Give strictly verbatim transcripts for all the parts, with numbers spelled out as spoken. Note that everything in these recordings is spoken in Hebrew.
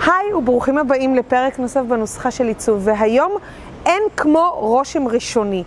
היי וברוכים הבאים לפרק נוסף בנוסחה של עיצוב, והיום אין כמו רושם ראשוני.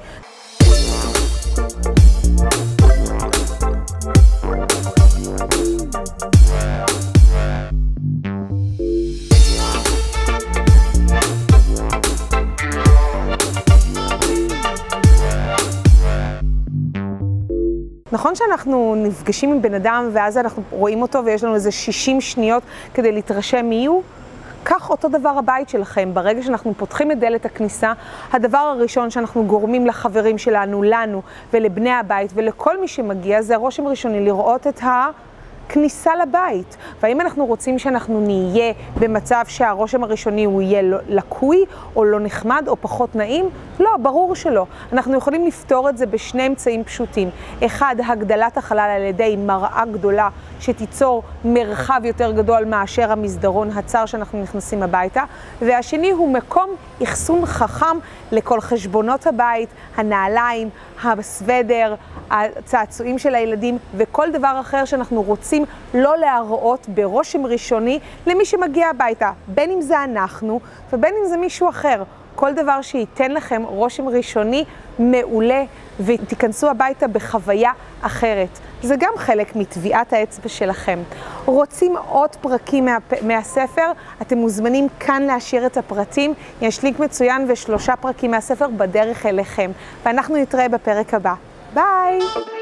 נכון שאנחנו נפגשים עם בן אדם ואז אנחנו רואים אותו ויש לנו איזה שישים שניות כדי להתרשם מי הוא? כך אותו דבר הבית שלכם. ברגע שאנחנו פותחים את דלת הכניסה, הדבר הראשון שאנחנו גורמים לחברים שלנו, לנו ולבני הבית ולכל מי שמגיע, זה הרושם ראשוני לראות את הכניסה לבית. והאם אנחנו רוצים שאנחנו נהיה במצב שהרושם הראשוני הוא יהיה לקוי או לא נחמד או פחות נעים? לא, ברור שלא. אנחנו יכולים לפתור את זה בשני אמצעים פשוטים. אחד, הגדלת החלל על ידי מראה גדולה שתיצור מרחב יותר גדול מאשר המסדרון הצר שאנחנו נכנסים הביתה. והשני הוא מקום אחסון חכם לכל חשבונות הבית, הנעליים, הסוודר, הצעצועים של הילדים וכל דבר אחר שאנחנו רוצים לא להראות ברושם ראשוני למי שמגיע הביתה. בין אם זה אנחנו ובין אם זה מישהו אחר. כל דבר שייתן לכם רושם ראשוני מעולה ותיכנסו הביתה בחוויה אחרת. זה גם חלק מטביעת האצבע שלכם. רוצים עוד פרקים מה, מהספר? אתם מוזמנים כאן להשאיר את הפרטים. יש לינק מצוין ושלושה פרקים מהספר בדרך אליכם. ואנחנו נתראה בפרק הבא. ביי!